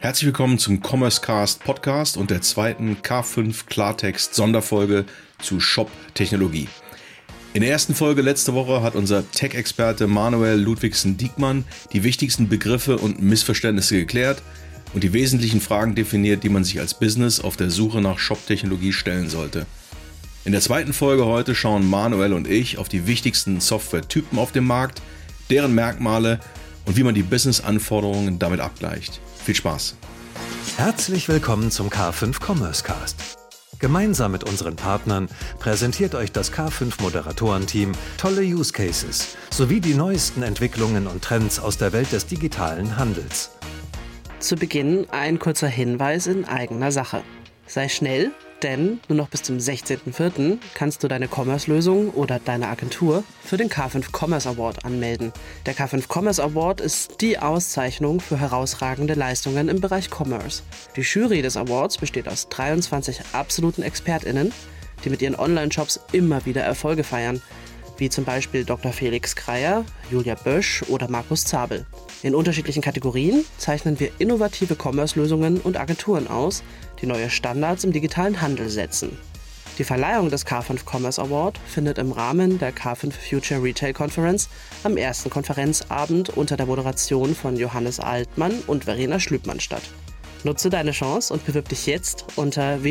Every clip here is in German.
Herzlich willkommen zum CommerceCast Podcast und der zweiten K5 Klartext Sonderfolge zu Shop-Technologie. In der ersten Folge letzte Woche hat unser Tech-Experte Manuel Ludwigsen-Diekmann die wichtigsten Begriffe und Missverständnisse geklärt und die wesentlichen Fragen definiert, die man sich als Business auf der Suche nach Shop-Technologie stellen sollte. In der zweiten Folge heute schauen Manuel und ich auf die wichtigsten Software-Typen auf dem Markt, deren Merkmale und wie man die Business-Anforderungen damit abgleicht. Viel Spaß! Herzlich willkommen zum K5 CommerceCast. Gemeinsam mit unseren Partnern präsentiert euch das K5 Moderatorenteam tolle Use Cases sowie die neuesten Entwicklungen und Trends aus der Welt des digitalen Handels. Zu Beginn ein kurzer Hinweis in eigener Sache. Sei schnell, denn nur noch bis zum 16.04. kannst du deine Commerce-Lösung oder deine Agentur für den K5 Commerce Award anmelden. Der K5 Commerce Award ist die Auszeichnung für herausragende Leistungen im Bereich Commerce. Die Jury des Awards besteht aus 23 absoluten ExpertInnen, die mit ihren Online-Shops immer wieder Erfolge feiern, wie zum Beispiel Dr. Felix Kreier, Julia Bösch oder Markus Zabel. In unterschiedlichen Kategorien zeichnen wir innovative Commerce-Lösungen und Agenturen aus, die neue Standards im digitalen Handel setzen. Die Verleihung des K5 Commerce Award findet im Rahmen der K5 Future Retail Conference am ersten Konferenzabend unter der Moderation von Johannes Altmann und Verena Schlübmann statt. Nutze deine Chance und bewirb dich jetzt unter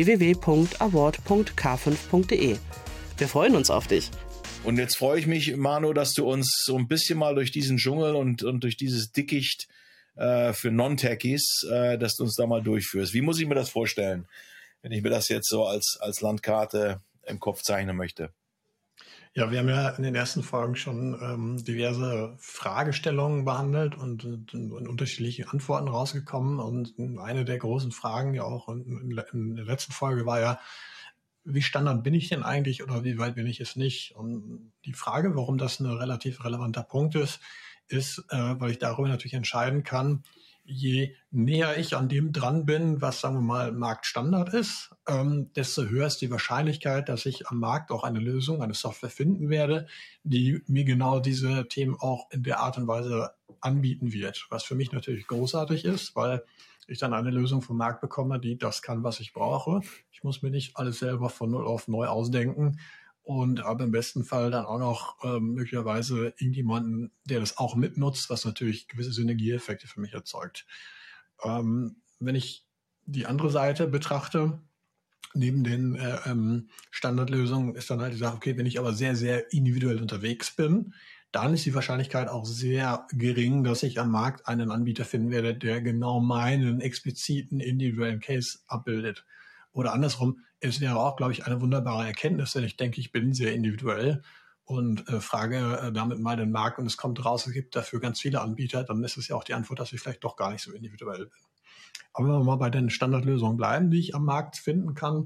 www.award.k5.de. Wir freuen uns auf dich! Und jetzt freue ich mich, Manu, dass du uns so ein bisschen mal durch diesen Dschungel und durch dieses Dickicht für Non-Techies, dass du uns da mal durchführst. Wie muss ich mir das vorstellen, wenn ich mir das jetzt so als Landkarte im Kopf zeichnen möchte? Ja, wir haben ja in den ersten Folgen schon diverse Fragestellungen behandelt und unterschiedliche Antworten rausgekommen. Und eine der großen Fragen ja auch in der letzten Folge war ja, wie Standard bin ich denn eigentlich oder wie weit bin ich es nicht? Und die Frage, warum das ein relativ relevanter Punkt ist, weil ich darüber natürlich entscheiden kann, je näher ich an dem dran bin, was, sagen wir mal, Marktstandard ist, desto höher ist die Wahrscheinlichkeit, dass ich am Markt auch eine Lösung, eine Software finden werde, die mir genau diese Themen auch in der Art und Weise anbieten wird. Was für mich natürlich großartig ist, weil ich dann eine Lösung vom Markt bekomme, die das kann, was ich brauche. Ich muss mir nicht alles selber von null auf neu ausdenken und habe im besten Fall dann auch noch möglicherweise irgendjemanden, der das auch mitnutzt, was natürlich gewisse Synergieeffekte für mich erzeugt. Wenn ich die andere Seite betrachte, neben den Standardlösungen ist dann halt die Sache, okay, wenn ich aber sehr, sehr individuell unterwegs bin, dann ist die Wahrscheinlichkeit auch sehr gering, dass ich am Markt einen Anbieter finden werde, der genau meinen expliziten individuellen Case abbildet. Oder andersrum, es wäre auch, glaube ich, eine wunderbare Erkenntnis, wenn ich denke, ich bin sehr individuell und frage damit mal den Markt und es kommt raus, es gibt dafür ganz viele Anbieter, dann ist es ja auch die Antwort, dass ich vielleicht doch gar nicht so individuell bin. Aber wenn wir mal bei den Standardlösungen bleiben, die ich am Markt finden kann,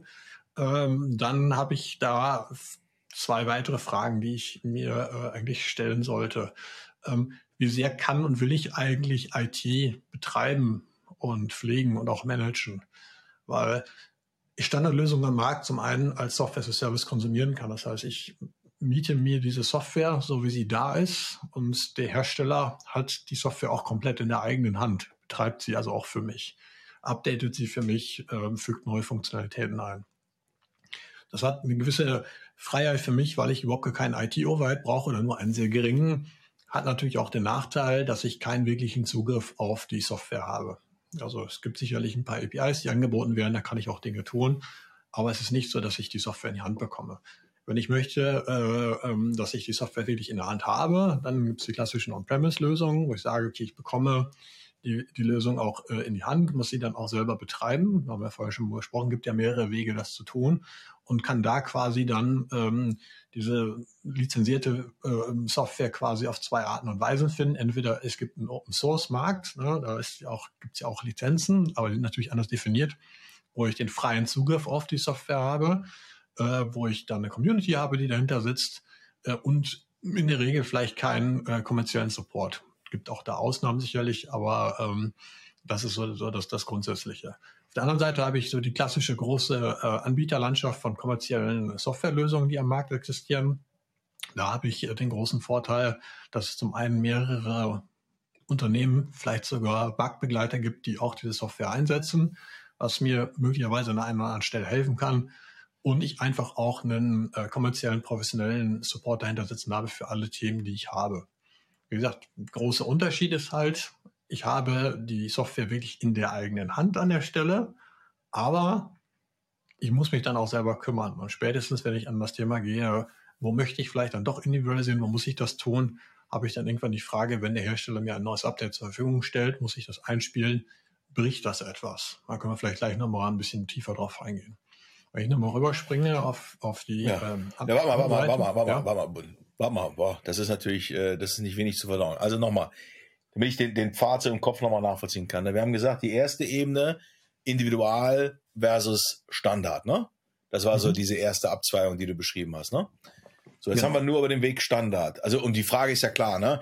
dann habe ich da zwei weitere Fragen, die ich mir eigentlich stellen sollte. Wie sehr kann und will ich eigentlich IT betreiben und pflegen und auch managen? Weil ich Standardlösungen am Markt zum einen als Software as a Service konsumieren kann. Das heißt, ich miete mir diese Software, so wie sie da ist, und der Hersteller hat die Software auch komplett in der eigenen Hand, betreibt sie also auch für mich, updatet sie für mich, fügt neue Funktionalitäten ein. Das hat eine gewisse Freiheit für mich, weil ich überhaupt keinen IT-Overhead brauche oder nur einen sehr geringen. Hat natürlich auch den Nachteil, dass ich keinen wirklichen Zugriff auf die Software habe. Also es gibt sicherlich ein paar APIs, die angeboten werden, da kann ich auch Dinge tun. Aber es ist nicht so, dass ich die Software in die Hand bekomme. Wenn ich möchte, dass ich die Software wirklich in der Hand habe, dann gibt es die klassischen On-Premise-Lösungen, wo ich sage, okay, ich bekomme die Lösung auch in die Hand, muss sie dann auch selber betreiben. Da haben wir vorher schon besprochen, gibt ja mehrere Wege, das zu tun und kann da quasi dann diese lizenzierte Software quasi auf zwei Arten und Weisen finden. Entweder es gibt einen Open-Source-Markt, ne, da gibt's ja auch Lizenzen, aber die sind natürlich anders definiert, wo ich den freien Zugriff auf die Software habe, wo ich dann eine Community habe, die dahinter sitzt und in der Regel vielleicht keinen kommerziellen Support. Gibt auch da Ausnahmen sicherlich, aber das ist so das Grundsätzliche. Auf der anderen Seite habe ich so die klassische große Anbieterlandschaft von kommerziellen Softwarelösungen, die am Markt existieren. Da habe ich den großen Vorteil, dass es zum einen mehrere Unternehmen vielleicht sogar Bugbegleiter gibt, die auch diese Software einsetzen, was mir möglicherweise an einer oder anderen Stelle helfen kann. Und ich einfach auch einen kommerziellen, professionellen Support dahinter sitzen habe für alle Themen, die ich habe. Wie gesagt, großer Unterschied ist halt, ich habe die Software wirklich in der eigenen Hand an der Stelle, aber ich muss mich dann auch selber kümmern. Und spätestens, wenn ich an das Thema gehe, wo möchte ich vielleicht dann doch individualisieren, wo muss ich das tun, habe ich dann irgendwann die Frage, wenn der Hersteller mir ein neues Update zur Verfügung stellt, muss ich das einspielen, bricht das etwas? Da können wir vielleicht gleich nochmal ein bisschen tiefer drauf eingehen. Wenn ich nochmal rüberspringe auf die... Warte mal. Boah, das ist natürlich, das ist nicht wenig zu verdauen. Also nochmal, damit ich den Pfad so im Kopf nochmal nachvollziehen kann. Wir haben gesagt, die erste Ebene, Individual versus Standard, ne? Das war so diese erste Abzweigung, die du beschrieben hast, ne? So, jetzt haben wir nur über den Weg Standard. Also, und die Frage ist ja klar, ne?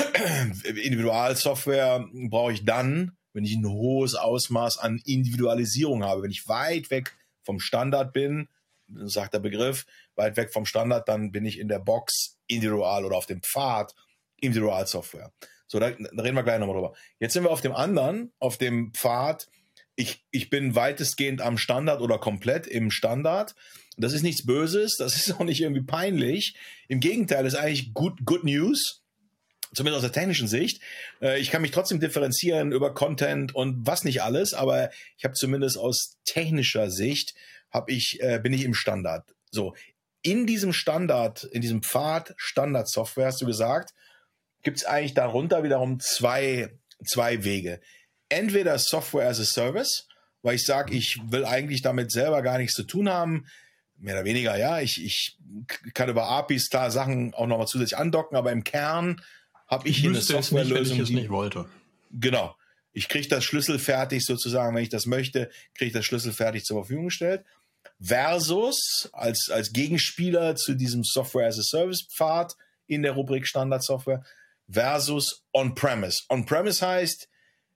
Individualsoftware brauche ich dann, wenn ich ein hohes Ausmaß an Individualisierung habe, wenn ich weit weg vom Standard bin, sagt der Begriff, weit weg vom Standard, dann bin ich in der Box individual oder auf dem Pfad Individualsoftware. So, da reden wir gleich nochmal drüber. Jetzt sind wir auf dem anderen, auf dem Pfad, ich bin weitestgehend am Standard oder komplett im Standard. Das ist nichts Böses, das ist auch nicht irgendwie peinlich. Im Gegenteil, das ist eigentlich good News, zumindest aus der technischen Sicht. Ich kann mich trotzdem differenzieren über Content und was nicht alles, aber ich habe zumindest aus technischer Sicht bin ich im Standard. So, in diesem Standard, in diesem Pfad Standardsoftware, hast du gesagt, gibt es eigentlich darunter wiederum zwei Wege. Entweder Software as a Service, weil ich sage, ich will eigentlich damit selber gar nichts zu tun haben, mehr oder weniger, ja. Ich kann über APIs klar Sachen auch nochmal zusätzlich andocken, aber im Kern habe ich hier eine Softwarelösung, wenn ich es nicht wollte. Genau. Ich kriege das schlüsselfertig sozusagen, wenn ich das möchte, kriege ich das schlüsselfertig zur Verfügung gestellt. Versus als Gegenspieler zu diesem Software as a Service Pfad in der Rubrik Standardsoftware versus On-Premise. On-Premise heißt,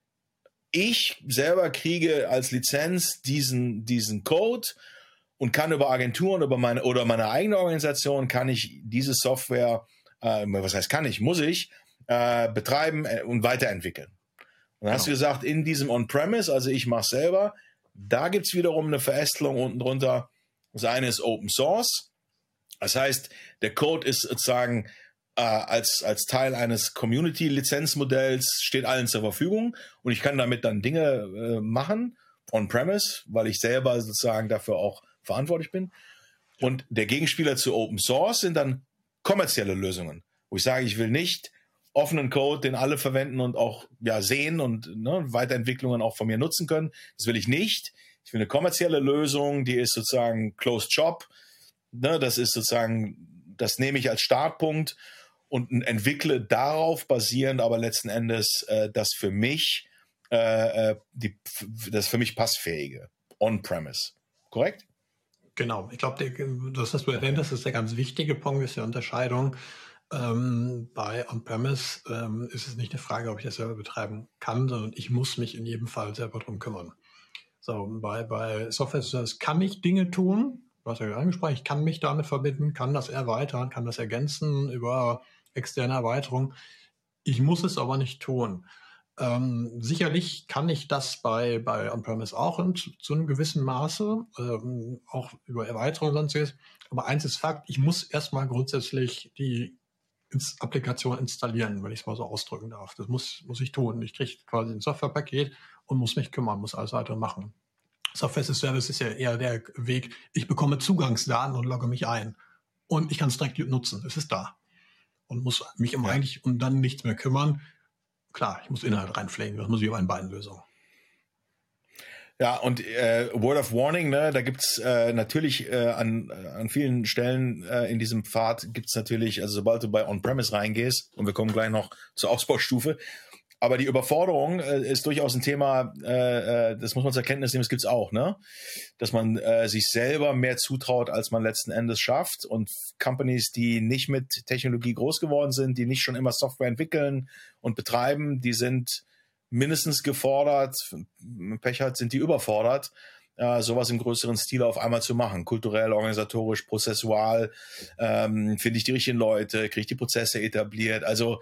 ich selber kriege als Lizenz diesen Code und kann über Agenturen, über meine eigene Organisation kann ich diese Software, muss ich betreiben und weiterentwickeln. Und dann hast du gesagt, in diesem On-Premise, also ich mache selber, da gibt's wiederum eine Verästelung unten drunter. Das eine ist Open Source. Das heißt, der Code ist sozusagen als Teil eines Community-Lizenzmodells steht allen zur Verfügung und ich kann damit dann Dinge machen, on-premise, weil ich selber sozusagen dafür auch verantwortlich bin. Und der Gegenspieler zu Open Source sind dann kommerzielle Lösungen, wo ich sage, ich will nicht offenen Code, den alle verwenden und auch sehen und Weiterentwicklungen auch von mir nutzen können. Das will ich nicht. Ich will eine kommerzielle Lösung, die ist sozusagen Closed Shop. Das ist sozusagen, das nehme ich als Startpunkt und entwickle darauf basierend, aber letzten Endes das für mich passfähige On-Premise. Korrekt? Genau. Ich glaube, das, was du erwähnt hast, ist der ganz wichtige Punkt, ist die Unterscheidung. Bei On-Premise ist es nicht eine Frage, ob ich das selber betreiben kann, sondern ich muss mich in jedem Fall selber drum kümmern. So, bei Software Service kann ich Dinge tun, du hast ja angesprochen, ich kann mich damit verbinden, kann das erweitern, kann das ergänzen über externe Erweiterung. Ich muss es aber nicht tun. Sicherlich kann ich das bei On-Premise auch zu einem gewissen Maße, auch über Erweiterung und sonstiges. Aber eins ist Fakt, ich muss erstmal grundsätzlich die Applikation installieren, wenn ich es mal so ausdrücken darf. Das muss ich tun. Ich kriege quasi ein Softwarepaket und muss mich kümmern, muss alles weitere machen. Software as a Service ist ja eher der Weg, ich bekomme Zugangsdaten und logge mich ein. Und ich kann es direkt nutzen. Es ist da. Und muss mich eigentlich um dann nichts mehr kümmern. Klar, ich muss Inhalt reinpflegen. Das muss ich über eine beiden Lösungen. Ja, und Word of Warning, ne, da gibt's natürlich an vielen Stellen in diesem Pfad gibt's natürlich, also sobald du bei On-Premise reingehst, und wir kommen gleich noch zur Ausbaustufe, aber die Überforderung ist durchaus ein Thema, das muss man zur Kenntnis nehmen, das gibt's auch, ne, dass man sich selber mehr zutraut, als man letzten Endes schafft, und Companies, die nicht mit Technologie groß geworden sind, die nicht schon immer Software entwickeln und betreiben, die sind mindestens gefordert, Pech hat, sind die überfordert, sowas im größeren Stil auf einmal zu machen. Kulturell, organisatorisch, prozessual, finde ich die richtigen Leute, kriege ich die Prozesse etabliert. Also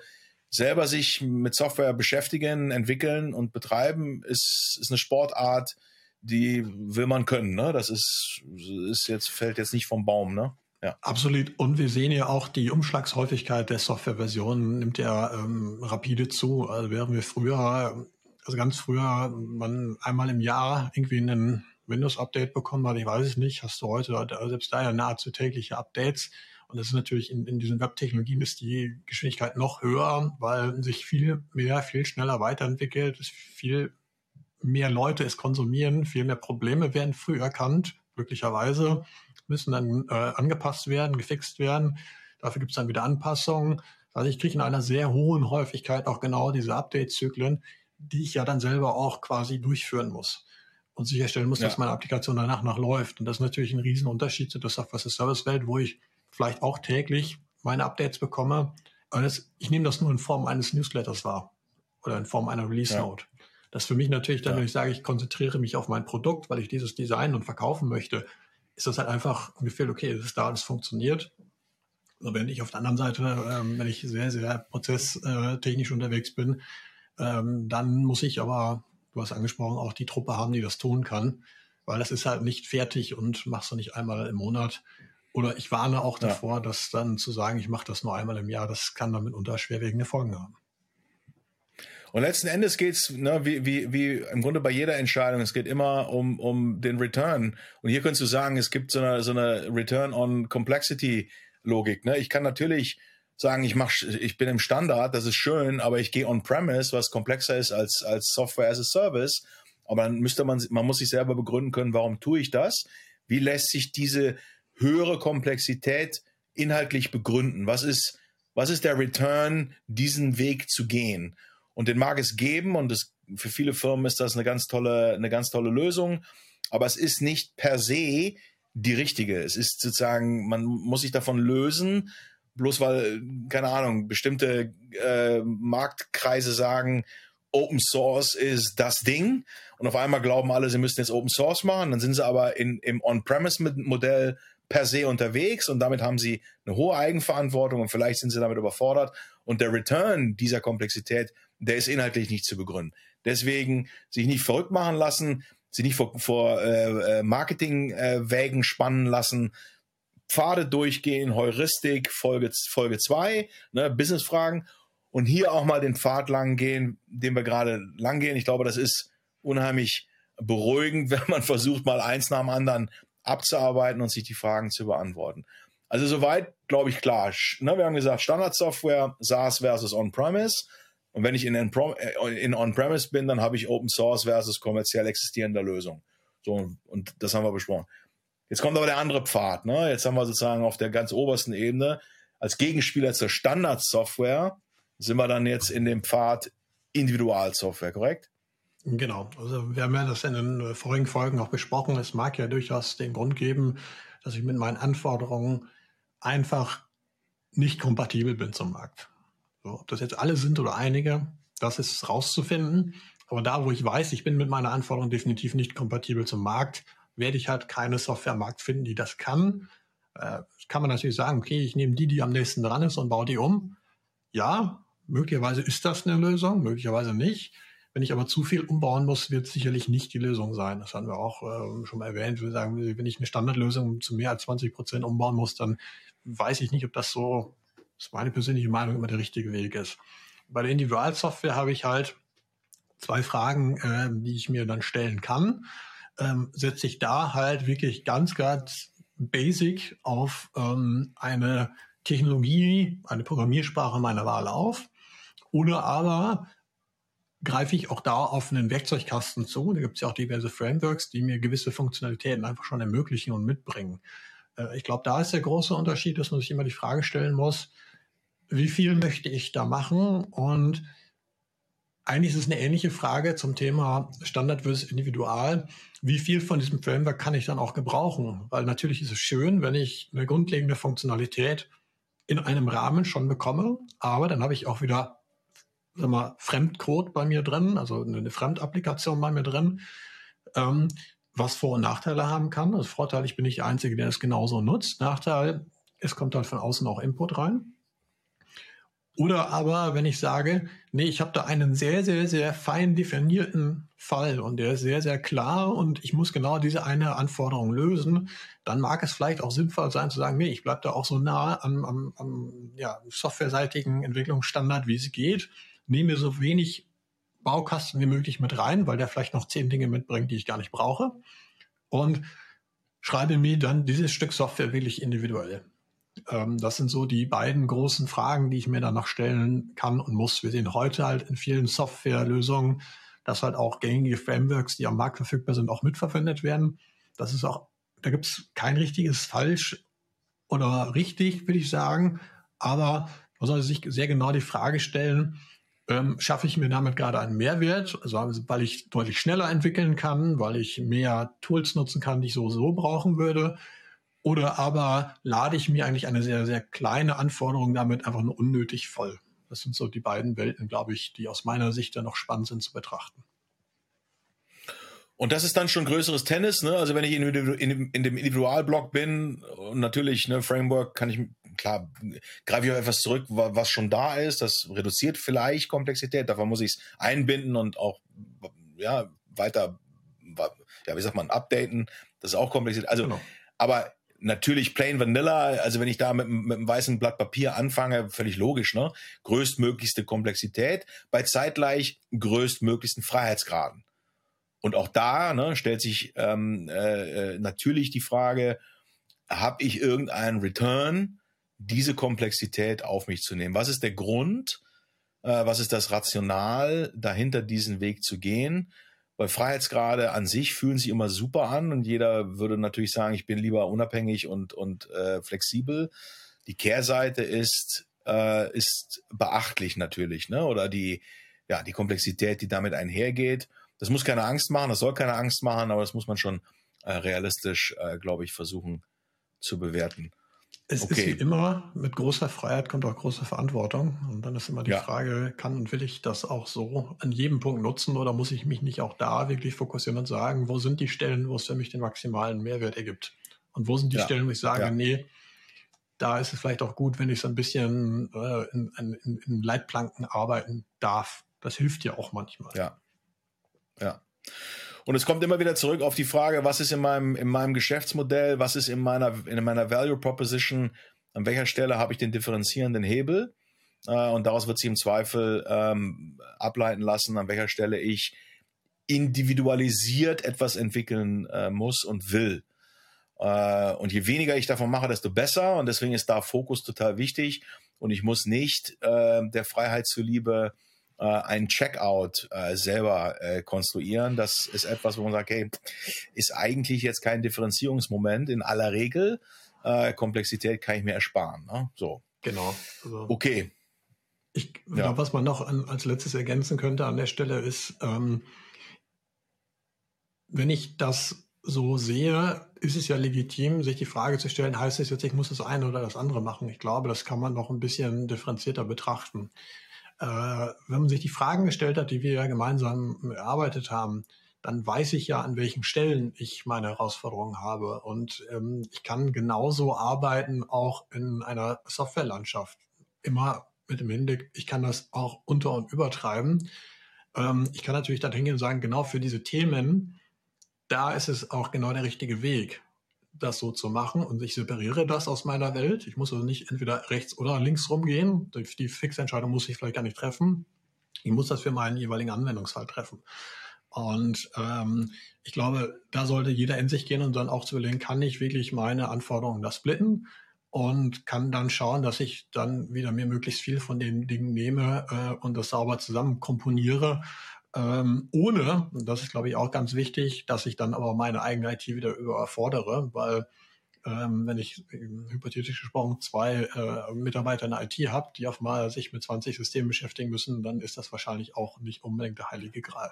selber sich mit Software beschäftigen, entwickeln und betreiben, ist eine Sportart, die will man können. Ne? Das fällt jetzt nicht vom Baum. Ne? Ja. Absolut. Und wir sehen ja auch, die Umschlagshäufigkeit der Softwareversionen nimmt ja rapide zu. Also während wir ganz früher, man einmal im Jahr irgendwie einen Windows-Update bekommen hat, ich weiß es nicht, hast du heute selbst da ja nahezu tägliche Updates. Und das ist natürlich in diesen Web-Technologien ist die Geschwindigkeit noch höher, weil sich viel schneller weiterentwickelt, viel mehr Leute es konsumieren, viel mehr Probleme werden früh erkannt, glücklicherweise, müssen dann angepasst werden, gefixt werden. Dafür gibt es dann wieder Anpassungen. Also ich kriege in einer sehr hohen Häufigkeit auch genau diese Update-Zyklen, die ich ja dann selber auch quasi durchführen muss und sicherstellen muss, dass meine Applikation danach noch läuft. Und das ist natürlich ein Riesenunterschied zu der Software-as-a-Service-Welt, wo ich vielleicht auch täglich meine Updates bekomme. Ich nehme das nur in Form eines Newsletters wahr oder in Form einer Release-Note. Ja. Das für mich natürlich dann, wenn ich sage, ich konzentriere mich auf mein Produkt, weil ich dieses designen und verkaufen möchte, ist das halt einfach ein Gefühl, okay, das ist da, das funktioniert. Also wenn ich auf der anderen Seite, wenn ich sehr, sehr prozesstechnisch unterwegs bin, dann muss ich aber, du hast angesprochen, auch die Truppe haben, die das tun kann, weil das ist halt nicht fertig und machst du nicht einmal im Monat. Oder ich warne auch davor, dass dann zu sagen, ich mache das nur einmal im Jahr, das kann dann mitunter schwerwiegende Folgen haben. Und letzten Endes geht's, ne, wie im Grunde bei jeder Entscheidung, es geht immer um den Return. Und hier könntest du sagen, es gibt so eine Return on Complexity Logik. Ne? Ich kann natürlich sagen, ich bin im Standard, das ist schön, aber ich gehe on-premise, was komplexer ist als Software as a Service. Aber dann man muss sich selber begründen können, warum tue ich das? Wie lässt sich diese höhere Komplexität inhaltlich begründen? Was ist der Return, diesen Weg zu gehen? Und den mag es geben und für viele Firmen ist das eine ganz tolle Lösung. Aber es ist nicht per se die richtige. Es ist sozusagen, man muss sich davon lösen, bloß weil, keine Ahnung, bestimmte Marktkreise sagen, Open Source ist das Ding. Und auf einmal glauben alle, sie müssten jetzt Open Source machen. Dann sind sie aber im On-Premise-Modell per se unterwegs und damit haben sie eine hohe Eigenverantwortung und vielleicht sind sie damit überfordert. Und der Return dieser Komplexität, der ist inhaltlich nicht zu begründen. Deswegen sich nicht verrückt machen lassen, sich nicht vor Marketingwägen spannen lassen, Pfade durchgehen, Heuristik, Folge 2, ne, Businessfragen und hier auch mal den Pfad lang gehen, den wir gerade lang gehen. Ich glaube, das ist unheimlich beruhigend, wenn man versucht, mal eins nach dem anderen abzuarbeiten und sich die Fragen zu beantworten. Also soweit, glaube ich, klar. Ne, wir haben gesagt, Standardsoftware, SaaS versus On-Premise. Und wenn ich in On-Premise bin, dann habe ich Open Source versus kommerziell existierender Lösung. So, und das haben wir besprochen. Jetzt kommt aber der andere Pfad. Ne? Jetzt haben wir sozusagen auf der ganz obersten Ebene als Gegenspieler zur Standardsoftware sind wir dann jetzt in dem Pfad Individualsoftware, korrekt? Genau. Also wir haben ja das in den vorigen Folgen auch besprochen. Es mag ja durchaus den Grund geben, dass ich mit meinen Anforderungen einfach nicht kompatibel bin zum Markt. So, ob das jetzt alle sind oder einige, das ist rauszufinden. Aber da, wo ich weiß, ich bin mit meiner Anforderung definitiv nicht kompatibel zum Markt, werde ich halt keine Software am Markt finden, die das kann. Kann man natürlich sagen, okay, ich nehme die am nächsten dran ist und baue die um. Ja, möglicherweise ist das eine Lösung, möglicherweise nicht. Wenn ich aber zu viel umbauen muss, wird es sicherlich nicht die Lösung sein. Das haben wir auch schon mal erwähnt. Wir sagen, wenn ich eine Standardlösung zu mehr als 20% umbauen muss, dann weiß ich nicht, ob das so, das ist meine persönliche Meinung, immer der richtige Weg ist. Bei der Individualsoftware habe ich halt 2 Fragen, die ich mir dann stellen kann. Setze ich da halt wirklich ganz basic auf eine Technologie, eine Programmiersprache meiner Wahl auf. Oder aber greife ich auch da auf einen Werkzeugkasten zu. Da gibt es ja auch diverse Frameworks, die mir gewisse Funktionalitäten einfach schon ermöglichen und mitbringen. Ich glaube, da ist der große Unterschied, dass man sich immer die Frage stellen muss, wie viel möchte ich da machen? Und eigentlich ist es eine ähnliche Frage zum Thema Standard versus Individual. Wie viel von diesem Framework kann ich dann auch gebrauchen? Weil natürlich ist es schön, wenn ich eine grundlegende Funktionalität in einem Rahmen schon bekomme, aber dann habe ich auch wieder, sag mal, Fremdcode bei mir drin, also eine Fremdapplikation bei mir drin, was Vor- und Nachteile haben kann. Also Vorteil, ich bin nicht der Einzige, der es genauso nutzt. Nachteil, es kommt halt von außen auch Input rein. Oder aber, wenn ich sage, nee, ich habe da einen sehr, sehr, sehr fein definierten Fall und der ist sehr, sehr klar und ich muss genau diese eine Anforderung lösen, dann mag es vielleicht auch sinnvoll sein zu sagen, nee, ich bleibe da auch so nah am softwareseitigen Entwicklungsstandard, wie es geht, nehme so wenig Baukasten wie möglich mit rein, weil der vielleicht noch 10 Dinge mitbringt, die ich gar nicht brauche, und schreibe mir dann dieses Stück Software wirklich individuell. Das sind so die beiden großen Fragen, die ich mir dann noch stellen kann und muss. Wir sehen heute halt in vielen Softwarelösungen, dass halt auch gängige Frameworks, die am Markt verfügbar sind, auch mitverwendet werden. Das ist auch, da gibt es kein richtiges Falsch oder richtig, würde ich sagen. Aber man sollte sich sehr genau die Frage stellen, schaffe ich mir damit gerade einen Mehrwert, also weil ich deutlich schneller entwickeln kann, weil ich mehr Tools nutzen kann, die ich so brauchen würde. Oder aber lade ich mir eigentlich eine sehr, sehr kleine Anforderung damit einfach nur unnötig voll. Das sind so die beiden Welten, glaube ich, die aus meiner Sicht dann noch spannend sind zu betrachten. Und das ist dann schon größeres Tennis, ne? Also wenn ich in dem Individualblock bin und natürlich, ne, Framework kann ich, klar, greife ich auf etwas zurück, was schon da ist. Das reduziert vielleicht Komplexität. Dafür muss ich es einbinden und auch, ja, weiter, ja, wie sagt man, updaten. Das ist auch Komplexität. Also, genau. Aber natürlich plain vanilla, also wenn ich da mit einem weißen Blatt Papier anfange, völlig logisch, ne? Größtmöglichste Komplexität bei zeitgleich größtmöglichsten Freiheitsgraden. Und auch da, ne, stellt sich natürlich die Frage, habe ich irgendeinen Return, diese Komplexität auf mich zu nehmen? Was ist der Grund? Was ist das Rational, dahinter diesen Weg zu gehen? Weil Freiheitsgrade an sich fühlen sich immer super an und jeder würde natürlich sagen, ich bin lieber unabhängig und flexibel. Die Kehrseite ist beachtlich natürlich, ne? Oder die Komplexität, die damit einhergeht. Das muss keine Angst machen, das soll keine Angst machen, aber das muss man schon realistisch, glaube ich, versuchen zu bewerten. Es ist wie immer, mit großer Freiheit kommt auch große Verantwortung. Und dann ist immer die Frage, kann und will ich das auch so an jedem Punkt nutzen oder muss ich mich nicht auch da wirklich fokussieren und sagen, wo sind die Stellen, wo es für mich den maximalen Mehrwert ergibt? Und wo sind die Stellen, wo ich sage, nee, da ist es vielleicht auch gut, wenn ich so ein bisschen in Leitplanken arbeiten darf. Das hilft ja auch manchmal. Ja. Und es kommt immer wieder zurück auf die Frage, was ist in meinem Geschäftsmodell, was ist in meiner Value Proposition, an welcher Stelle habe ich den differenzierenden Hebel, und daraus wird sich im Zweifel ableiten lassen, an welcher Stelle ich individualisiert etwas entwickeln muss und will. Und je weniger ich davon mache, desto besser, und deswegen ist da Fokus total wichtig und ich muss nicht der Freiheit zuliebe ein Checkout selber konstruieren. Das ist etwas, wo man sagt, hey, ist eigentlich jetzt kein Differenzierungsmoment in aller Regel. Komplexität kann ich mir ersparen. Ne? So. Genau. Also okay. Ich glaube, was man noch als letztes ergänzen könnte an der Stelle ist, wenn ich das so sehe, ist es ja legitim, sich die Frage zu stellen, heißt es jetzt, ich muss das eine oder das andere machen? Ich glaube, das kann man noch ein bisschen differenzierter betrachten. Wenn man sich die Fragen gestellt hat, die wir ja gemeinsam erarbeitet haben, dann weiß ich ja, an welchen Stellen ich meine Herausforderungen habe. Und ich kann genauso arbeiten, auch in einer Softwarelandschaft. Immer mit dem Hinblick, ich kann das auch unter- und übertreiben. Ich kann natürlich dann hingehen und sagen, genau für diese Themen, da ist es auch genau der richtige Weg, das so zu machen, und ich separiere das aus meiner Welt. Ich muss also nicht entweder rechts oder links rumgehen. Die Fixentscheidung muss ich vielleicht gar nicht treffen. Ich muss das für meinen jeweiligen Anwendungsfall treffen. Und ich glaube, da sollte jeder in sich gehen und dann auch zu überlegen, kann ich wirklich meine Anforderungen da splitten und kann dann schauen, dass ich dann wieder mir möglichst viel von den Dingen nehme und das sauber zusammen komponiere, ohne, und das ist, glaube ich, auch ganz wichtig, dass ich dann aber meine eigene IT wieder überfordere, weil wenn ich hypothetisch gesprochen 2 Mitarbeiter in der IT habe, die auf mal sich mit 20 Systemen beschäftigen müssen, dann ist das wahrscheinlich auch nicht unbedingt der heilige Gral.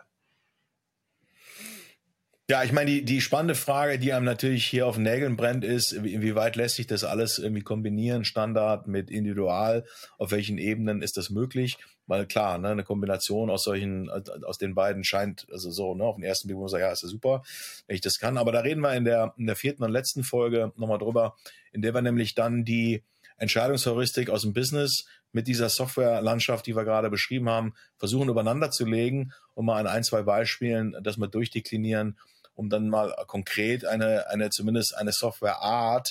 Ja, ich meine, die spannende Frage, die einem natürlich hier auf den Nägeln brennt, ist, inwieweit lässt sich das alles irgendwie kombinieren, Standard mit Individual, auf welchen Ebenen ist das möglich? Weil klar, ne, eine Kombination aus den beiden scheint, also so, ne, auf den ersten Blick, wo man sagt, ja, ist ja super, wenn ich das kann. Aber da reden wir in der 4. und letzten Folge nochmal drüber, in der wir nämlich dann die Entscheidungsheuristik aus dem Business mit dieser Softwarelandschaft, die wir gerade beschrieben haben, versuchen übereinander zu legen und mal an 1, 2 Beispielen das mal durchdeklinieren, um dann mal konkret zumindest eine Softwareart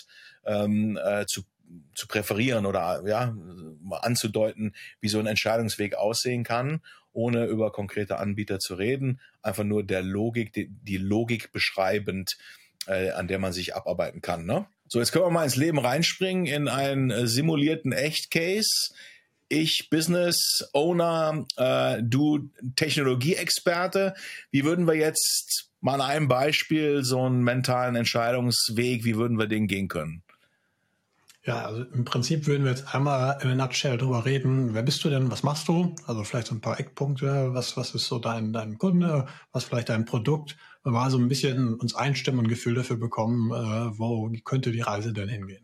zu präferieren oder mal anzudeuten, wie so ein Entscheidungsweg aussehen kann, ohne über konkrete Anbieter zu reden, einfach nur die Logik beschreibend, an der man sich abarbeiten kann. Ne? So, jetzt können wir mal ins Leben reinspringen in einen simulierten Echt-Case. Ich Business Owner, du Technologieexperte. Wie würden wir jetzt mal an einem Beispiel so einen mentalen Entscheidungsweg, wie würden wir den gehen können? Ja, also im Prinzip würden wir jetzt einmal in a nutshell drüber reden, wer bist du denn, was machst du? Also vielleicht so ein paar Eckpunkte, was ist so dein Kunde, was vielleicht dein Produkt, und mal so ein bisschen uns einstimmen und ein Gefühl dafür bekommen, wo könnte die Reise denn hingehen?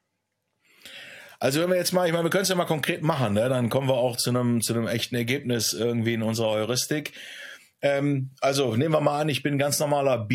Also wenn wir jetzt mal, ich meine, wir können es ja mal konkret machen, ne? Dann kommen wir auch zu einem echten Ergebnis irgendwie in unserer Heuristik. Also nehmen wir mal an, ich bin ein ganz normaler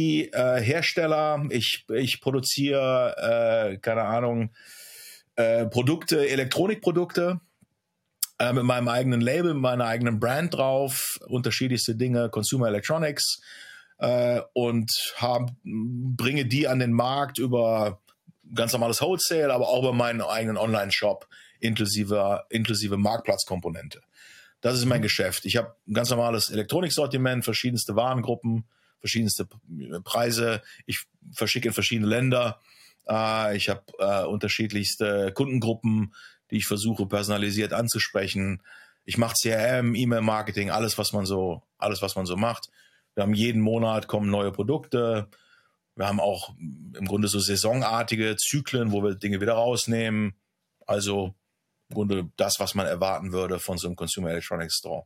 B2C Hersteller. Ich produziere, keine Ahnung, Produkte, Elektronikprodukte mit meinem eigenen Label, mit meiner eigenen Brand drauf, unterschiedlichste Dinge, Consumer Electronics und bringe die an den Markt über ganz normales Wholesale, aber auch über meinen eigenen Online-Shop inklusive Marktplatzkomponente. Das ist mein Geschäft. Ich habe ein ganz normales Elektroniksortiment, verschiedenste Warengruppen, verschiedenste Preise. Ich verschicke in verschiedene Länder. Ich habe unterschiedlichste Kundengruppen, die ich versuche personalisiert anzusprechen. Ich mache CRM, E-Mail-Marketing, alles was man so macht. Wir haben jeden Monat kommen neue Produkte. Wir haben auch im Grunde so saisonartige Zyklen, wo wir Dinge wieder rausnehmen. Also im Grunde das, was man erwarten würde von so einem Consumer Electronics Store.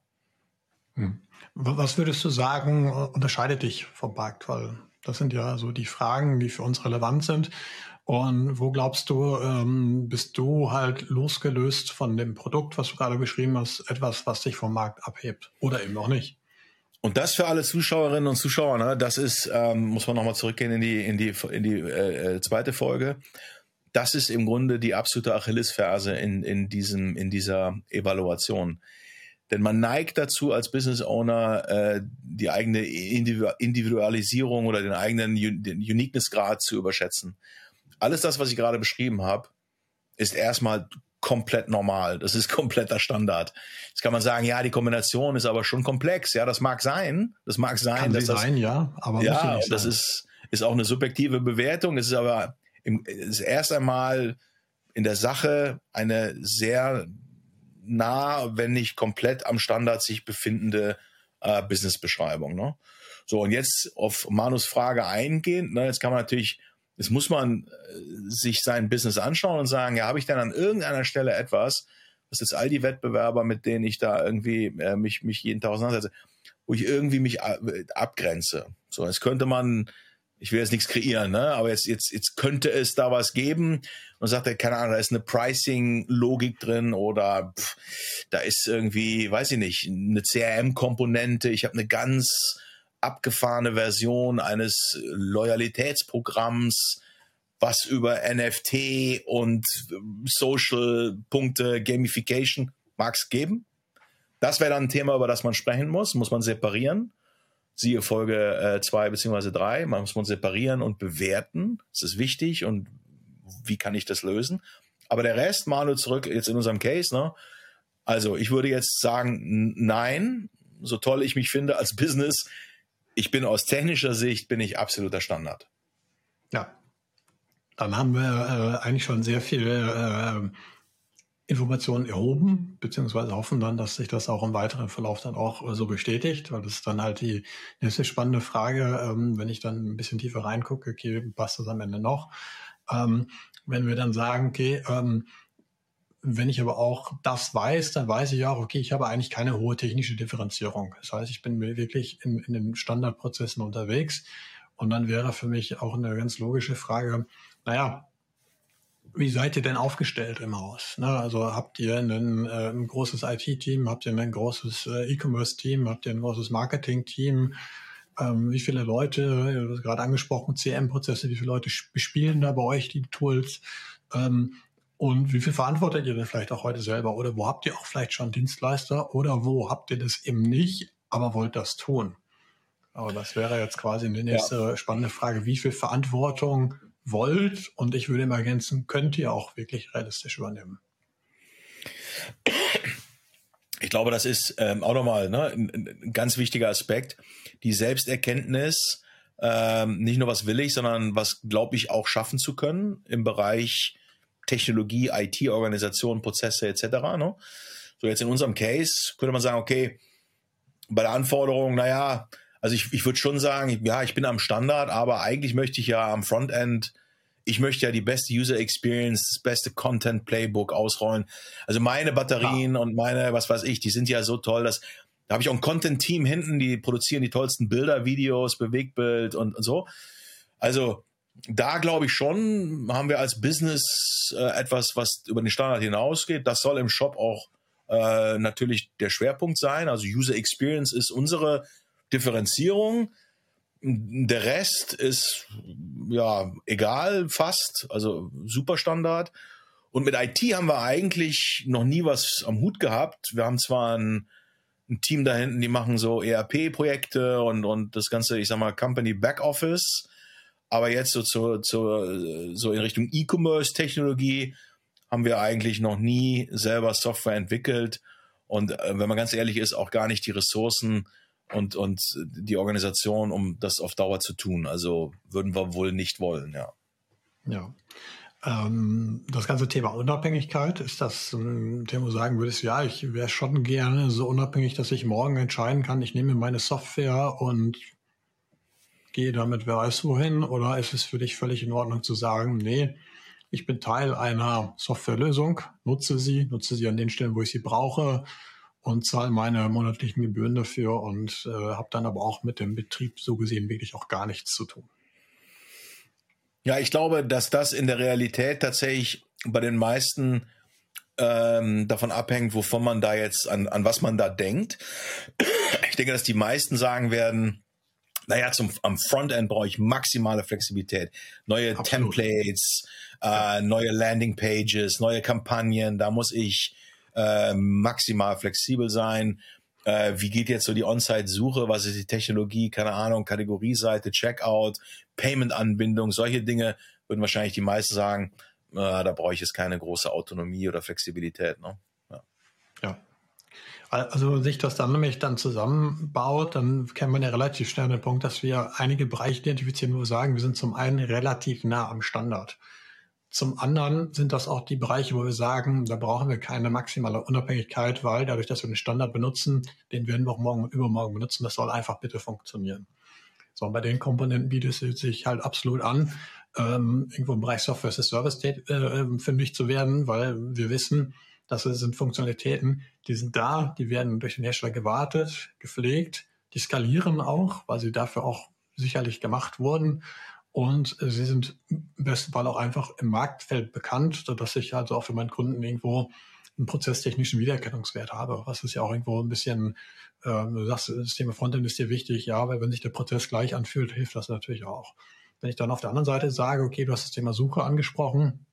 Was würdest du sagen, unterscheidet dich vom Markt? Weil das sind ja so die Fragen, die für uns relevant sind. Und wo glaubst du, bist du halt losgelöst von dem Produkt, was du gerade beschrieben hast, etwas, was dich vom Markt abhebt? Oder eben auch nicht? Und das für alle Zuschauerinnen und Zuschauer, ne, das ist, muss man nochmal zurückgehen in die zweite Folge. Das ist im Grunde die absolute Achillesferse in dieser Evaluation. Denn man neigt dazu, als Business Owner die eigene Individualisierung oder den eigenen Uniqueness-Grad zu überschätzen. Alles das, was ich gerade beschrieben habe, ist erstmal komplett normal. Das ist kompletter Standard. Jetzt kann man sagen, ja, die Kombination ist aber schon komplex. Ja, das mag sein. Kann dass das sein, ja, aber muss ja, nicht das sein. ist auch eine subjektive Bewertung. Es ist aber ist erst einmal in der Sache eine sehr nah, wenn nicht komplett am Standard sich befindende Businessbeschreibung. Ne? So, und jetzt auf Manus Frage eingehend, ne, jetzt muss man sich sein Business anschauen und sagen, ja, habe ich denn an irgendeiner Stelle etwas, was jetzt all die Wettbewerber, mit denen ich da irgendwie mich jeden Tag auseinandersetze, wo ich irgendwie mich abgrenze. So, jetzt könnte man, ich will jetzt nichts kreieren, ne? Aber jetzt könnte es da was geben und sagt er, keine Ahnung, da ist eine Pricing-Logik drin oder da ist irgendwie, weiß ich nicht, eine CRM-Komponente. Ich habe eine ganz abgefahrene Version eines Loyalitätsprogramms, was über NFT und Social-Punkte, Gamification mag es geben. Das wäre dann ein Thema, über das man sprechen muss man separieren. Siehe Folge 2 bzw. 3, man muss separieren und bewerten. Das ist wichtig und wie kann ich das lösen? Aber der Rest, mal nur zurück jetzt in unserem Case, ne? Also ich würde jetzt sagen, nein, so toll ich mich finde als Business, ich bin aus technischer Sicht, bin ich absoluter Standard. Ja, dann haben wir eigentlich schon sehr viel Informationen erhoben, beziehungsweise hoffen dann, dass sich das auch im weiteren Verlauf dann auch so bestätigt, weil das ist dann halt die nächste spannende Frage, wenn ich dann ein bisschen tiefer reingucke, okay, passt das am Ende noch? Wenn wir dann sagen, okay, wenn ich aber auch das weiß, dann weiß ich auch, okay, ich habe eigentlich keine hohe technische Differenzierung. Das heißt, ich bin wirklich in den Standardprozessen unterwegs. Und dann wäre für mich auch eine ganz logische Frage, naja, wie seid ihr denn aufgestellt im Haus? Ne? Also habt ihr ein großes IT-Team, habt ihr ein großes E-Commerce-Team, habt ihr ein großes Marketing-Team? Wie viele Leute, du hast gerade angesprochen, CM-Prozesse, wie viele Leute bespielen da bei euch die Tools? Und wie viel verantwortet ihr denn vielleicht auch heute selber? Oder wo habt ihr auch vielleicht schon Dienstleister? Oder wo habt ihr das eben nicht, aber wollt das tun? Aber das wäre jetzt quasi eine nächste spannende Frage. Wie viel Verantwortung wollt? Und ich würde immer ergänzen, könnt ihr auch wirklich realistisch übernehmen? Ich glaube, das ist auch nochmal ein ganz wichtiger Aspekt. Die Selbsterkenntnis, nicht nur was will ich, sondern was glaube ich auch schaffen zu können im Bereich Technologie, IT-Organisation, Prozesse etc. Ne? So jetzt in unserem Case könnte man sagen, okay, bei der Anforderung, naja, also ich würde schon sagen, ja, ich bin am Standard, aber eigentlich möchte ich ja am Frontend, ich möchte ja die beste User Experience, das beste Content Playbook ausrollen. Also meine Batterien und meine, was weiß ich, die sind ja so toll, dass da habe ich auch ein Content-Team hinten, die produzieren die tollsten Bilder, Videos, Bewegtbild und so. Also da glaube ich schon, haben wir als Business etwas, was über den Standard hinausgeht. Das soll im Shop auch natürlich der Schwerpunkt sein. Also User Experience ist unsere Differenzierung. Der Rest ist ja egal fast, also super Standard. Und mit IT haben wir eigentlich noch nie was am Hut gehabt. Wir haben zwar ein Team da hinten, die machen so ERP-Projekte und das ganze, ich sag mal, Company Backoffice. Aber jetzt so in Richtung E-Commerce-Technologie haben wir eigentlich noch nie selber Software entwickelt. Und wenn man ganz ehrlich ist, auch gar nicht die Ressourcen und die Organisation, um das auf Dauer zu tun. Also würden wir wohl nicht wollen, ja. Ja. Das ganze Thema Unabhängigkeit, ist das ein Thema, wo du sagen würdest, ja, ich wäre schon gerne so unabhängig, dass ich morgen entscheiden kann, ich nehme meine Software und gehe damit wer weiß wohin? Oder ist es für dich völlig in Ordnung zu sagen, nee, ich bin Teil einer Softwarelösung, nutze sie an den Stellen, wo ich sie brauche und zahle meine monatlichen Gebühren dafür und habe dann aber auch mit dem Betrieb so gesehen wirklich auch gar nichts zu tun. Ja, ich glaube, dass das in der Realität tatsächlich bei den meisten davon abhängt, wovon man da jetzt, an was man da denkt. Ich denke, dass die meisten sagen werden, naja, am Frontend brauche ich maximale Flexibilität. Neue Absolut. Templates, neue Landingpages, neue Kampagnen, da muss ich maximal flexibel sein. Wie geht jetzt so die On-Site-Suche? Was ist die Technologie? Keine Ahnung, Kategorieseite, Checkout, Payment-Anbindung, solche Dinge würden wahrscheinlich die meisten sagen, da brauche ich jetzt keine große Autonomie oder Flexibilität. Ne? Ja. Also wenn sich das dann nämlich zusammenbaut, dann kennt man ja relativ schnell den Punkt, dass wir einige Bereiche identifizieren, wo wir sagen, wir sind zum einen relativ nah am Standard. Zum anderen sind das auch die Bereiche, wo wir sagen, da brauchen wir keine maximale Unabhängigkeit, weil dadurch, dass wir den Standard benutzen, den werden wir auch morgen und übermorgen benutzen. Das soll einfach bitte funktionieren. So, und bei den Komponenten bietet es sich halt absolut an, irgendwo im Bereich Software as a Service fündig zu werden, weil wir wissen, das sind Funktionalitäten, die sind da, die werden durch den Hersteller gewartet, gepflegt, die skalieren auch, weil sie dafür auch sicherlich gemacht wurden. Und sie sind im besten Fall auch einfach im Marktfeld bekannt, sodass ich also auch für meinen Kunden irgendwo einen prozesstechnischen Wiedererkennungswert habe. Was ist ja auch irgendwo ein bisschen, du sagst, das Thema Frontend ist dir wichtig, ja, weil wenn sich der Prozess gleich anfühlt, hilft das natürlich auch. Wenn ich dann auf der anderen Seite sage, okay, du hast das Thema Suche angesprochen,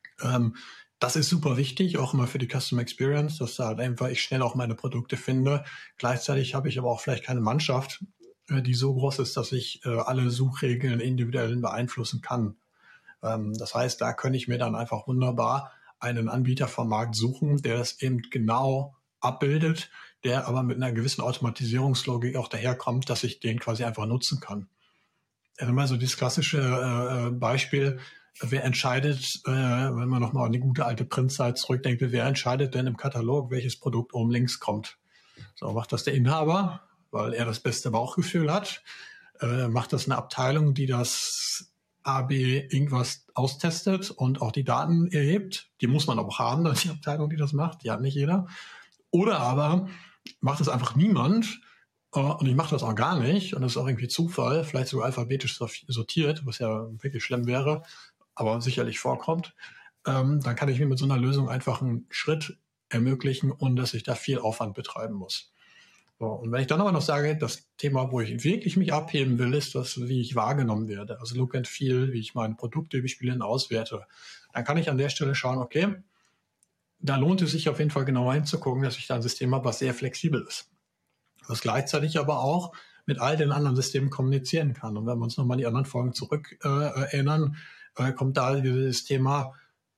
das ist super wichtig, auch immer für die Customer Experience, dass da halt einfach ich schnell auch meine Produkte finde. Gleichzeitig habe ich aber auch vielleicht keine Mannschaft, die so groß ist, dass ich alle Suchregeln individuell beeinflussen kann. Das heißt, da könnte ich mir dann einfach wunderbar einen Anbieter vom Markt suchen, der das eben genau abbildet, der aber mit einer gewissen Automatisierungslogik auch daherkommt, dass ich den quasi einfach nutzen kann. Mal so dieses klassische Beispiel, wer entscheidet, wenn man nochmal an die gute alte Printzeit zurückdenkt, wer entscheidet denn im Katalog, welches Produkt oben links kommt? So, macht das der Inhaber, weil er das beste Bauchgefühl hat? Macht das eine Abteilung, die das AB irgendwas austestet und auch die Daten erhebt? Die muss man auch haben, die Abteilung, die das macht. Die hat nicht jeder. Oder aber macht es einfach niemand und ich mache das auch gar nicht und das ist auch irgendwie Zufall, vielleicht sogar alphabetisch sortiert, was ja wirklich schlimm wäre, aber sicherlich vorkommt. Dann kann ich mir mit so einer Lösung einfach einen Schritt ermöglichen, ohne dass ich da viel Aufwand betreiben muss. So, und wenn ich dann aber noch sage, das Thema, wo ich wirklich mich abheben will, ist das, wie ich wahrgenommen werde. Also Look and Feel, wie ich meine Produkte, wie ich Spiele auswerte. Dann kann ich an der Stelle schauen, okay, da lohnt es sich auf jeden Fall genauer hinzugucken, dass ich da ein System habe, was sehr flexibel ist. Was gleichzeitig aber auch mit all den anderen Systemen kommunizieren kann. Und wenn wir uns nochmal die anderen Folgen zurück erinnern, kommt da dieses Thema,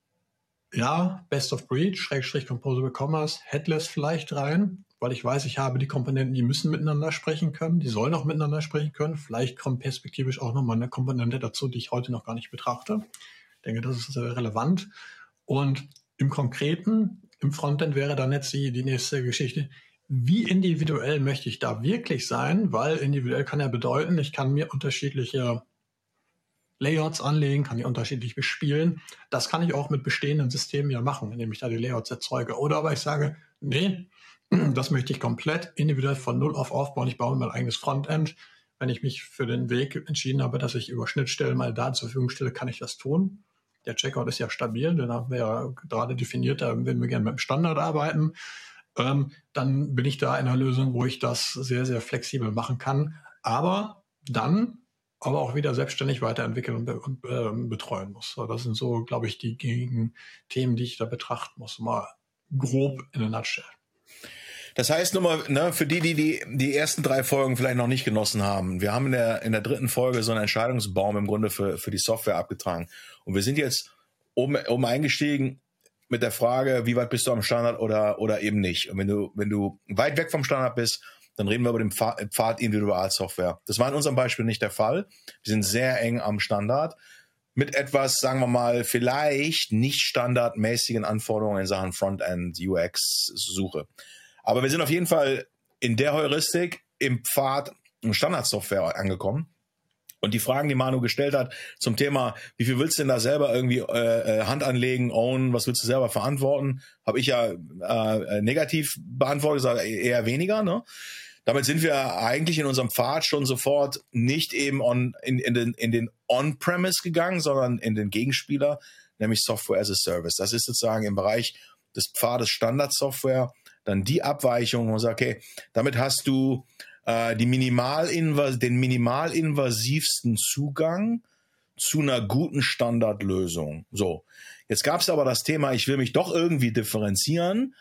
ja, Best of Breed, / Composable Commerce, Headless vielleicht rein, weil ich weiß, ich habe die Komponenten, die müssen miteinander sprechen können, die sollen auch miteinander sprechen können. Vielleicht kommt perspektivisch auch nochmal eine Komponente dazu, die ich heute noch gar nicht betrachte. Ich denke, das ist relevant. Und im Konkreten, im Frontend wäre dann jetzt die nächste Geschichte, wie individuell möchte ich da wirklich sein? Weil individuell kann ja bedeuten, ich kann mir unterschiedliche Layouts anlegen, kann die unterschiedlich bespielen. Das kann ich auch mit bestehenden Systemen ja machen, indem ich da die Layouts erzeuge. Oder aber ich sage, nee, das möchte ich komplett individuell von Null auf aufbauen. Ich baue mein eigenes Frontend. Wenn ich mich für den Weg entschieden habe, dass ich über Schnittstellen meine Daten zur Verfügung stelle, kann ich das tun. Der Checkout ist ja stabil, den haben wir ja gerade definiert, da würden wir gerne mit dem Standard arbeiten. Dann bin ich da in einer Lösung, wo ich das sehr, sehr flexibel machen kann, aber auch wieder selbstständig weiterentwickeln und betreuen muss. So, das sind so, glaube ich, die gängigen Themen, die ich da betrachten muss, mal grob in a nutshell. Das heißt nur mal, für die ersten 3 Folgen vielleicht noch nicht genossen haben, wir haben in der 3. Folge so einen Entscheidungsbaum im Grunde für die Software abgetragen. Und wir sind jetzt oben eingestiegen mit der Frage, wie weit bist du am Standard oder eben nicht. Und wenn du weit weg vom Standard bist, dann reden wir über den Pfad Individualsoftware. Das war in unserem Beispiel nicht der Fall. Wir sind sehr eng am Standard mit etwas, sagen wir mal, vielleicht nicht standardmäßigen Anforderungen in Sachen Frontend, UX, Suche. Aber wir sind auf jeden Fall in der Heuristik im Pfad Standardsoftware angekommen. Und die Fragen, die Manu gestellt hat zum Thema, wie viel willst du denn da selber irgendwie Hand anlegen, own, was willst du selber verantworten, habe ich ja negativ beantwortet, gesagt, eher weniger. Ne? Damit sind wir eigentlich in unserem Pfad schon sofort nicht eben in den On-Premise gegangen, sondern in den Gegenspieler, nämlich Software as a Service. Das ist sozusagen im Bereich des Pfades Standardsoftware dann die Abweichung, wo man sagt, okay, damit hast du den minimalinvasivsten Zugang zu einer guten Standardlösung. So, jetzt gab es aber das Thema, ich will mich doch irgendwie differenzieren,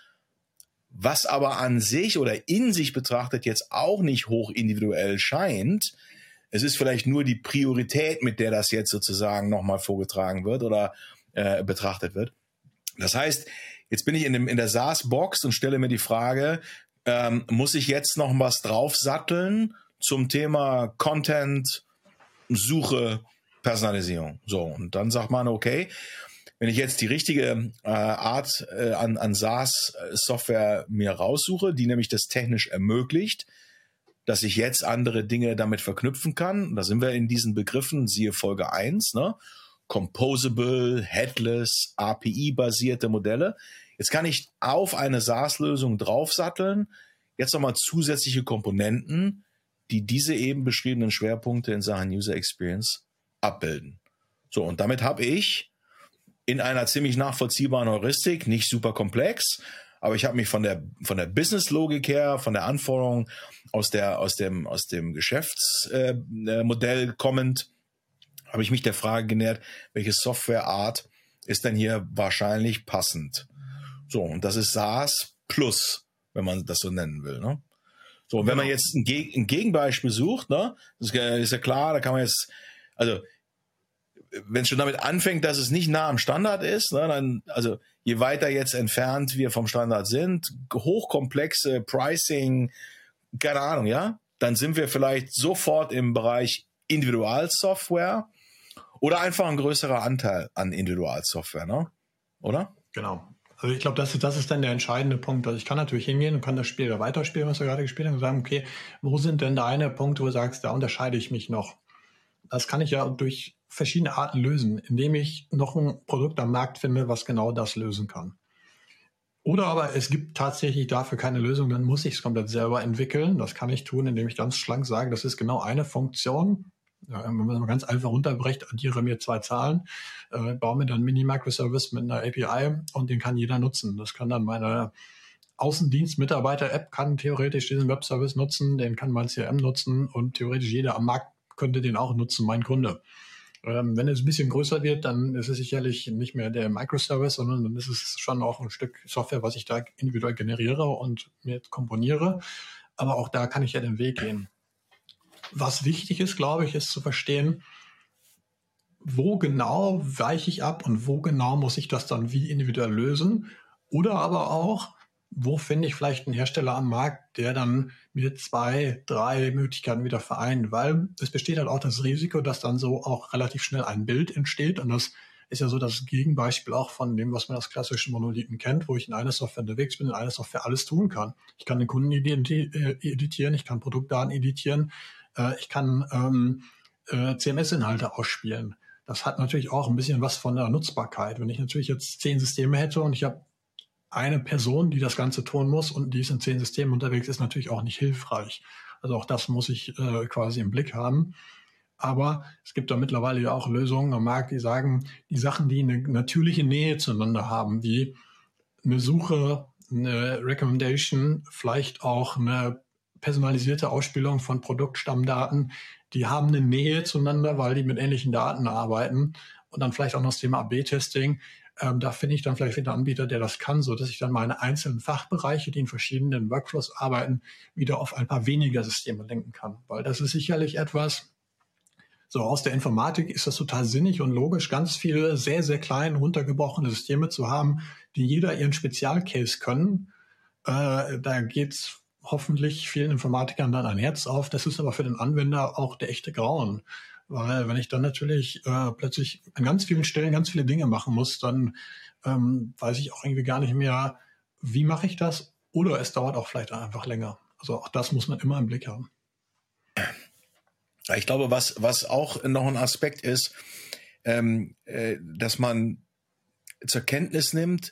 was aber an sich oder in sich betrachtet jetzt auch nicht hoch individuell scheint. Es ist vielleicht nur die Priorität, mit der das jetzt sozusagen nochmal vorgetragen wird oder betrachtet wird. Das heißt, jetzt bin ich in der SaaS-Box und stelle mir die Frage, muss ich jetzt noch was draufsatteln zum Thema Content, Suche, Personalisierung? So, und dann sagt man, okay, wenn ich jetzt die richtige Art an SaaS-Software mir raussuche, die nämlich das technisch ermöglicht, dass ich jetzt andere Dinge damit verknüpfen kann, da sind wir in diesen Begriffen, siehe Folge 1, ne? Composable, Headless, API-basierte Modelle. Jetzt kann ich auf eine SaaS-Lösung draufsatteln, jetzt nochmal zusätzliche Komponenten, die diese eben beschriebenen Schwerpunkte in Sachen User Experience abbilden. So, und damit habe ich in einer ziemlich nachvollziehbaren Heuristik, nicht super komplex, aber ich habe mich von der Business-Logik her, von der Anforderung aus dem Geschäftsmodell kommend, habe ich mich der Frage genähert, welche Softwareart ist denn hier wahrscheinlich passend? So, und das ist SaaS Plus, wenn man das so nennen will. Ne? So, und wenn man jetzt ein Gegenbeispiel sucht, ne, das ist ja klar, da kann man jetzt, also wenn es schon damit anfängt, dass es nicht nah am Standard ist, ne, dann, also je weiter jetzt entfernt wir vom Standard sind, hochkomplexe Pricing, keine Ahnung, ja, dann sind wir vielleicht sofort im Bereich Individualsoftware oder einfach ein größerer Anteil an Individualsoftware, ne? Oder? Genau. Also ich glaube, das ist dann der entscheidende Punkt. Also ich kann natürlich hingehen und kann das Spiel weiterspielen, was wir gerade gespielt haben, und sagen, okay, wo sind denn deine Punkte, wo du sagst, da unterscheide ich mich noch? Das kann ich ja durch verschiedene Arten lösen, indem ich noch ein Produkt am Markt finde, was genau das lösen kann. Oder aber es gibt tatsächlich dafür keine Lösung, dann muss ich es komplett selber entwickeln. Das kann ich tun, indem ich ganz schlank sage, das ist genau eine Funktion. Ja, wenn man ganz einfach runterbrecht, addiere mir 2 Zahlen, baue mir dann einen Mini-Microservice mit einer API und den kann jeder nutzen. Das kann dann meine Außendienstmitarbeiter-App kann theoretisch diesen Webservice nutzen, den kann mein CRM nutzen und theoretisch jeder am Markt könnte den auch nutzen, mein Kunde. Wenn es ein bisschen größer wird, dann ist es sicherlich nicht mehr der Microservice, sondern dann ist es schon auch ein Stück Software, was ich da individuell generiere und mir komponiere. Aber auch da kann ich ja den Weg gehen. Was wichtig ist, glaube ich, ist zu verstehen, wo genau weiche ich ab und wo genau muss ich das dann wie individuell lösen. Oder aber auch, wo finde ich vielleicht einen Hersteller am Markt, der dann mir 2, 3 Möglichkeiten wieder vereint. Weil es besteht halt auch das Risiko, dass dann so auch relativ schnell ein Bild entsteht. Und das ist ja so das Gegenbeispiel auch von dem, was man als klassischen Monolithen kennt, wo ich in einer Software unterwegs bin, in einer Software alles tun kann. Ich kann den Kunden editieren, ich kann Produktdaten editieren, ich kann CMS-Inhalte ausspielen. Das hat natürlich auch ein bisschen was von der Nutzbarkeit. Wenn ich natürlich jetzt 10 Systeme hätte und ich habe eine Person, die das Ganze tun muss und die ist in 10 Systemen unterwegs, ist natürlich auch nicht hilfreich. Also auch das muss ich quasi im Blick haben. Aber es gibt da mittlerweile ja auch Lösungen am Markt, die sagen, die Sachen, die eine natürliche Nähe zueinander haben, wie eine Suche, eine Recommendation, vielleicht auch eine personalisierte Ausspielung von Produktstammdaten, die haben eine Nähe zueinander, weil die mit ähnlichen Daten arbeiten. Und dann vielleicht auch noch das Thema AB-Testing. Da finde ich dann vielleicht wieder einen Anbieter, der das kann, so dass ich dann meine einzelnen Fachbereiche, die in verschiedenen Workflows arbeiten, wieder auf ein paar weniger Systeme lenken kann. Weil das ist sicherlich etwas, so aus der Informatik ist das total sinnig und logisch, ganz viele sehr, sehr kleine, runtergebrochene Systeme zu haben, die jeder ihren Spezialcase können. Da geht's hoffentlich vielen Informatikern dann ein Herz auf. Das ist aber für den Anwender auch der echte Grauen. Weil wenn ich dann natürlich plötzlich an ganz vielen Stellen ganz viele Dinge machen muss, dann weiß ich auch irgendwie gar nicht mehr, wie mache ich das? Oder es dauert auch vielleicht einfach länger. Also auch das muss man immer im Blick haben. Ich glaube, was auch noch ein Aspekt ist, dass man zur Kenntnis nimmt,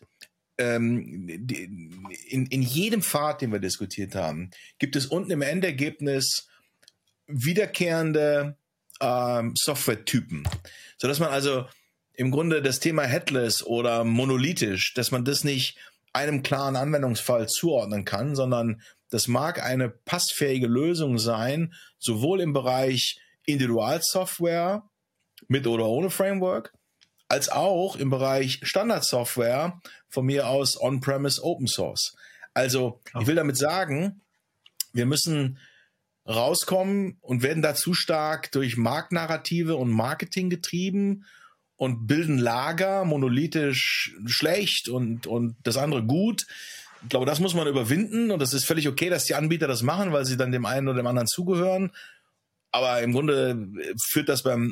in jedem Pfad, den wir diskutiert haben, gibt es unten im Endergebnis wiederkehrende Software-Typen, sodass man also im Grunde das Thema Headless oder monolithisch, dass man das nicht einem klaren Anwendungsfall zuordnen kann, sondern das mag eine passfähige Lösung sein, sowohl im Bereich Individualsoftware mit oder ohne Framework, als auch im Bereich Standardsoftware, von mir aus On-Premise Open Source. Also ich will damit sagen, wir müssen rauskommen und werden dazu stark durch Marktnarrative und Marketing getrieben und bilden Lager, monolithisch schlecht und das andere gut. Ich glaube, das muss man überwinden und das ist völlig okay, dass die Anbieter das machen, weil sie dann dem einen oder dem anderen zugehören. Aber im Grunde führt das bei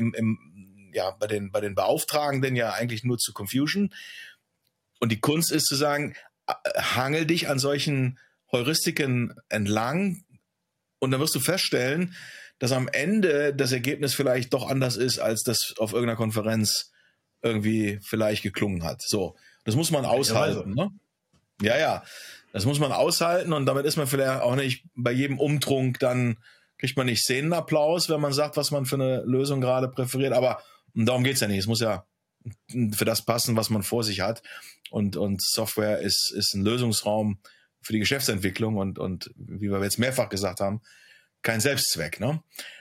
den Beauftragenden ja eigentlich nur zu Confusion. Und die Kunst ist zu sagen, hangel dich an solchen Heuristiken entlang und dann wirst du feststellen, dass am Ende das Ergebnis vielleicht doch anders ist, als das auf irgendeiner Konferenz irgendwie vielleicht geklungen hat. So, das muss man aushalten, ne? Ja, das muss man aushalten und damit ist man vielleicht auch nicht bei jedem Umtrunk, dann kriegt man nicht Szenenapplaus, wenn man sagt, was man für eine Lösung gerade präferiert, aber darum geht's ja nicht. Es muss ja für das passen, was man vor sich hat und Software ist ein Lösungsraum für die Geschäftsentwicklung und wie wir jetzt mehrfach gesagt haben, kein Selbstzweck, ne?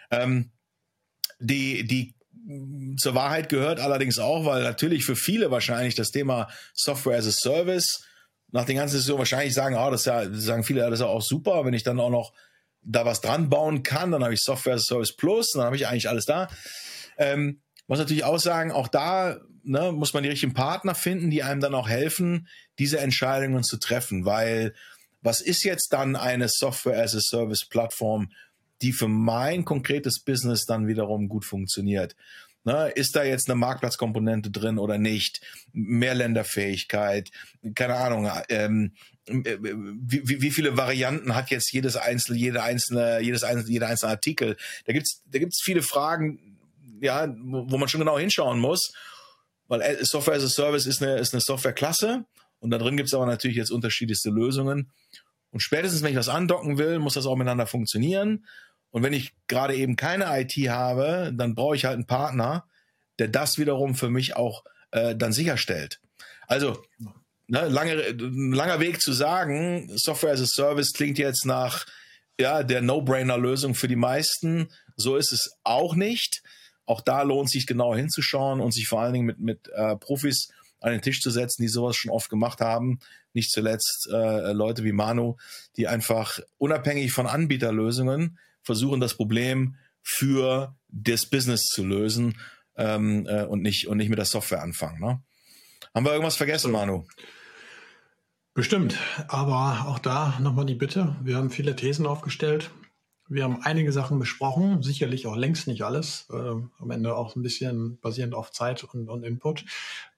Die zur Wahrheit gehört allerdings auch, weil natürlich für viele wahrscheinlich das Thema Software as a Service nach den ganzen Diskussionen wahrscheinlich sagen, sagen viele, das ist ja auch super, wenn ich dann auch noch da was dran bauen kann, dann habe ich Software as a Service Plus, dann habe ich eigentlich alles da. Muss natürlich auch sagen, auch da muss man die richtigen Partner finden, die einem dann auch helfen, diese Entscheidungen zu treffen, weil was ist jetzt dann eine Software as a Service Plattform, die für mein konkretes Business dann wiederum gut funktioniert? Ist da jetzt eine Marktplatzkomponente drin oder nicht? Mehrländerfähigkeit, keine Ahnung. Wie viele Varianten hat jetzt jeder einzelne Artikel? Da gibt's viele Fragen, ja, wo man schon genau hinschauen muss, weil Software as a Service ist eine Softwareklasse und da drin gibt's aber natürlich jetzt unterschiedlichste Lösungen. Und spätestens, wenn ich was andocken will, muss das auch miteinander funktionieren. Und wenn ich gerade eben keine IT habe, dann brauche ich halt einen Partner, der das wiederum für mich auch dann sicherstellt. Also langer Weg zu sagen, Software as a Service klingt jetzt nach der No-Brainer-Lösung für die meisten. So ist es auch nicht. Auch da lohnt sich genau hinzuschauen und sich vor allen Dingen mit Profis an den Tisch zu setzen, die sowas schon oft gemacht haben. Nicht zuletzt Leute wie Manu, die einfach unabhängig von Anbieterlösungen versuchen, das Problem für das Business zu lösen und nicht mit der Software anfangen. Ne? Haben wir irgendwas vergessen, Manu? Bestimmt, aber auch da nochmal die Bitte. Wir haben viele Thesen aufgestellt. Wir haben einige Sachen besprochen, sicherlich auch längst nicht alles. Am Ende auch ein bisschen basierend auf Zeit und Input.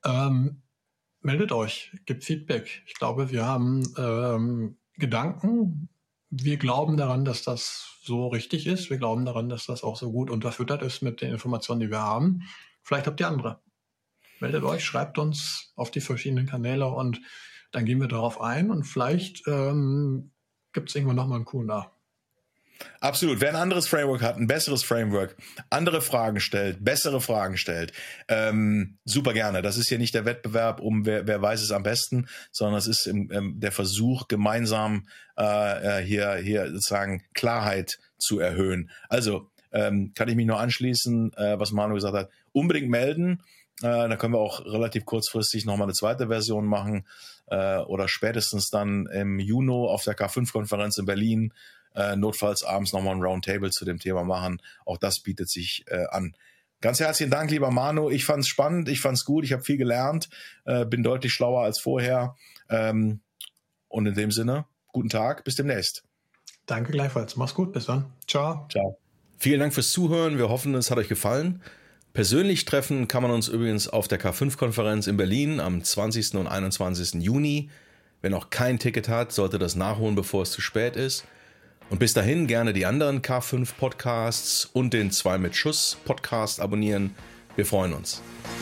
Meldet euch, gebt Feedback. Ich glaube, wir haben Gedanken. Wir glauben daran, dass das so richtig ist. Wir glauben daran, dass das auch so gut unterfüttert ist mit den Informationen, die wir haben. Vielleicht habt ihr andere. Meldet euch, schreibt uns auf die verschiedenen Kanäle und dann gehen wir darauf ein und vielleicht gibt es irgendwann nochmal ein Q&A. Absolut. Wer ein anderes Framework hat, ein besseres Framework, andere Fragen stellt, bessere Fragen stellt, super gerne. Das ist hier nicht der Wettbewerb um wer weiß es am besten, sondern es ist der Versuch, gemeinsam hier sozusagen Klarheit zu erhöhen. Also kann ich mich nur anschließen, was Manu gesagt hat. Unbedingt melden. Da können wir auch relativ kurzfristig nochmal eine zweite Version machen oder spätestens dann im Juni auf der K5-Konferenz in Berlin notfalls abends nochmal ein Roundtable zu dem Thema machen. Auch das bietet sich an. Ganz herzlichen Dank, lieber Manu. Ich fand es spannend, ich fand es gut, ich habe viel gelernt, bin deutlich schlauer als vorher. Und in dem Sinne, guten Tag, bis demnächst. Danke gleichfalls. Mach's gut, bis dann. Ciao. Ciao. Vielen Dank fürs Zuhören. Wir hoffen, es hat euch gefallen. Persönlich treffen kann man uns übrigens auf der K5-Konferenz in Berlin am 20. und 21. Juni. Wer noch kein Ticket hat, sollte das nachholen, bevor es zu spät ist. Und bis dahin gerne die anderen K5-Podcasts und den 2 mit Schuss-Podcast abonnieren. Wir freuen uns.